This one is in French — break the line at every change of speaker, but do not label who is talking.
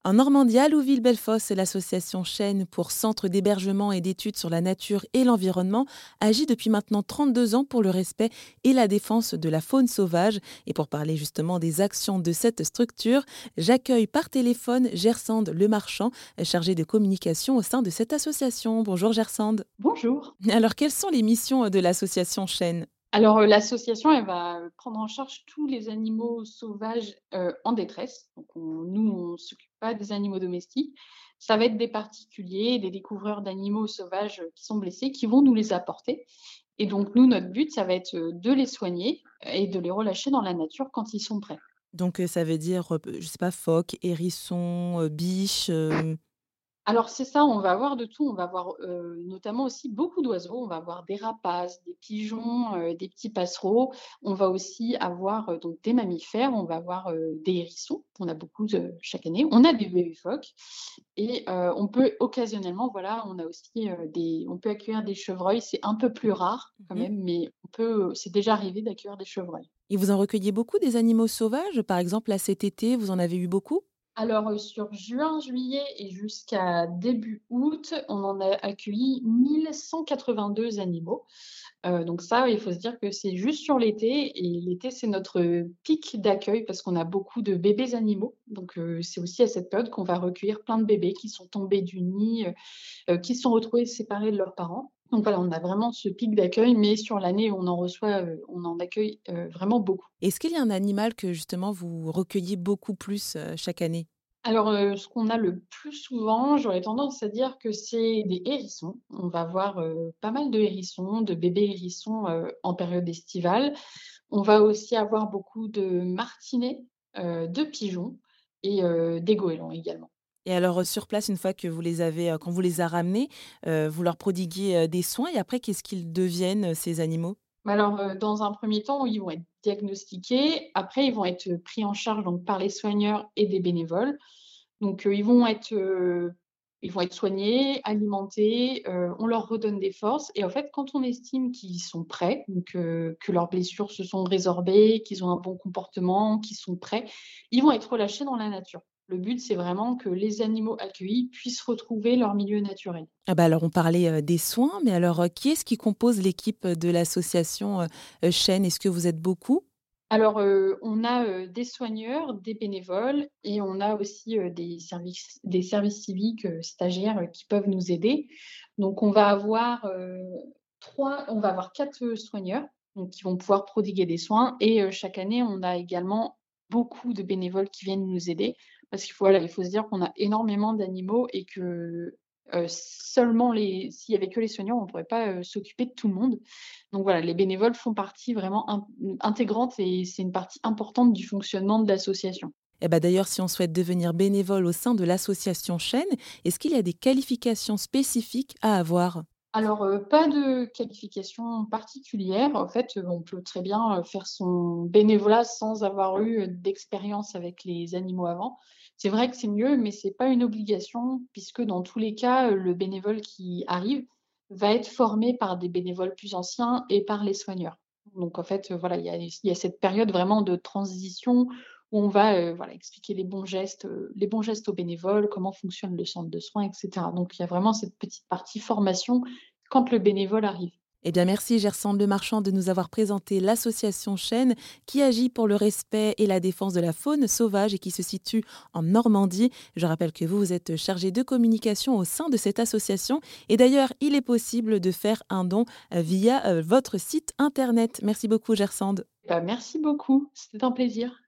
En Normandie, à Louville-Bellefosse, l'association Chêne pour Centre d'hébergement et d'études sur la nature et l'environnement agit depuis maintenant 32 ans pour le respect et la défense de la faune sauvage. Et pour parler justement des actions de cette structure, j'accueille par téléphone Gersande Lemarchand, chargée de communication au sein de cette association. Bonjour Gersande.
Bonjour.
Alors, quelles sont les missions de l'association Chêne?
Alors, l'association, elle va, prendre en charge tous les animaux sauvages, en détresse. Donc on s'occupe pas des animaux domestiques. Ça va être des particuliers, des découvreurs d'animaux sauvages, qui sont blessés, qui vont nous les apporter et donc nous, notre but, ça va être, de les soigner et de les relâcher dans la nature quand ils sont prêts.
Donc, ça veut dire, je sais pas, phoques, hérissons, biches.
Alors c'est ça, on va avoir de tout. On va avoir, notamment aussi beaucoup d'oiseaux. On va avoir des rapaces, des pigeons, des petits passereaux. On va aussi avoir, donc des mammifères. On va avoir, des hérissons. On a beaucoup chaque année. On a des bébés phoques et on peut occasionnellement, voilà, on a aussi, on peut accueillir des chevreuils. C'est un peu plus rare quand
Mhm.
même, mais c'est déjà arrivé d'accueillir des chevreuils.
Et vous en recueillez beaucoup des animaux sauvages? Par exemple, là, cet été, vous en avez eu beaucoup?
Alors, sur juin, juillet et jusqu'à début août, on en a accueilli 1 182 animaux. Donc ça, il faut se dire que c'est juste sur l'été et l'été, c'est notre pic d'accueil parce qu'on a beaucoup de bébés animaux. Donc, c'est aussi à cette période qu'on va recueillir plein de bébés qui sont tombés du nid, qui se sont retrouvés séparés de leurs parents. Donc voilà, on a vraiment ce pic d'accueil, mais sur l'année, on en accueille, vraiment beaucoup.
Est-ce qu'il y a un animal que justement vous recueillez beaucoup plus, chaque année?
Alors, ce qu'on a le plus souvent, j'aurais tendance à dire que c'est des hérissons. On va avoir, pas mal de hérissons, de bébés hérissons, en période estivale. On va aussi avoir beaucoup de martinets, de pigeons et des goélands également.
Et alors, sur place, une fois que vous les avez, qu'on vous les a ramenés, vous leur prodiguez, des soins et après qu'est-ce qu'ils deviennent, ces animaux?
Mais alors, dans un premier temps, ils vont être diagnostiqués. Après, ils vont être pris en charge donc par les soigneurs et des bénévoles. Donc, ils vont être soignés, alimentés, on leur redonne des forces et en fait, quand on estime qu'ils sont prêts, donc que leurs blessures se sont résorbées, qu'ils ont un bon comportement, qu'ils sont prêts, ils vont être relâchés dans la nature. Le but, c'est vraiment que les animaux accueillis puissent retrouver leur milieu naturel.
Ah bah, alors on parlait, des soins, mais alors, qui est-ce qui compose l'équipe, de l'association, Chêne? Est-ce que vous êtes beaucoup?
Alors, on a, des soigneurs, des bénévoles et on a aussi, des services civiques, stagiaires, qui peuvent nous aider. Donc on va avoir 4 soigneurs, donc qui vont pouvoir prodiguer des soins et chaque année, on a également beaucoup de bénévoles qui viennent nous aider parce qu'il faut voilà, il faut se dire qu'on a énormément d'animaux et que, seulement les s'il y avait que les soignants, on ne pourrait pas, s'occuper de tout le monde. Donc voilà, les bénévoles font partie vraiment intégrante et c'est une partie importante du fonctionnement de l'association.
Et bah, d'ailleurs, si on souhaite devenir bénévole au sein de l'association Chêne, est-ce qu'il y a des qualifications spécifiques à avoir?
Alors, pas de qualification particulière. En fait, on peut très bien, faire son bénévolat sans avoir eu, d'expérience avec les animaux avant. C'est vrai que c'est mieux, mais c'est pas une obligation puisque dans tous les cas, le bénévole qui arrive va être formé par des bénévoles plus anciens et par les soigneurs. Donc en fait, voilà, il y a cette période vraiment de transition où on va, voilà, expliquer les bons gestes aux bénévoles, comment fonctionne le centre de soins et cetera. Donc il y a vraiment cette petite partie formation quand le bénévole arrive.
Eh bien, merci Gersande Lemarchand de nous avoir présenté l'association Chêne qui agit pour le respect et la défense de la faune sauvage et qui se situe en Normandie. Je rappelle que vous êtes chargé de communication au sein de cette association et d'ailleurs, il est possible de faire un don via votre site internet. Merci beaucoup Gersande.
Bah, merci beaucoup, c'était un plaisir.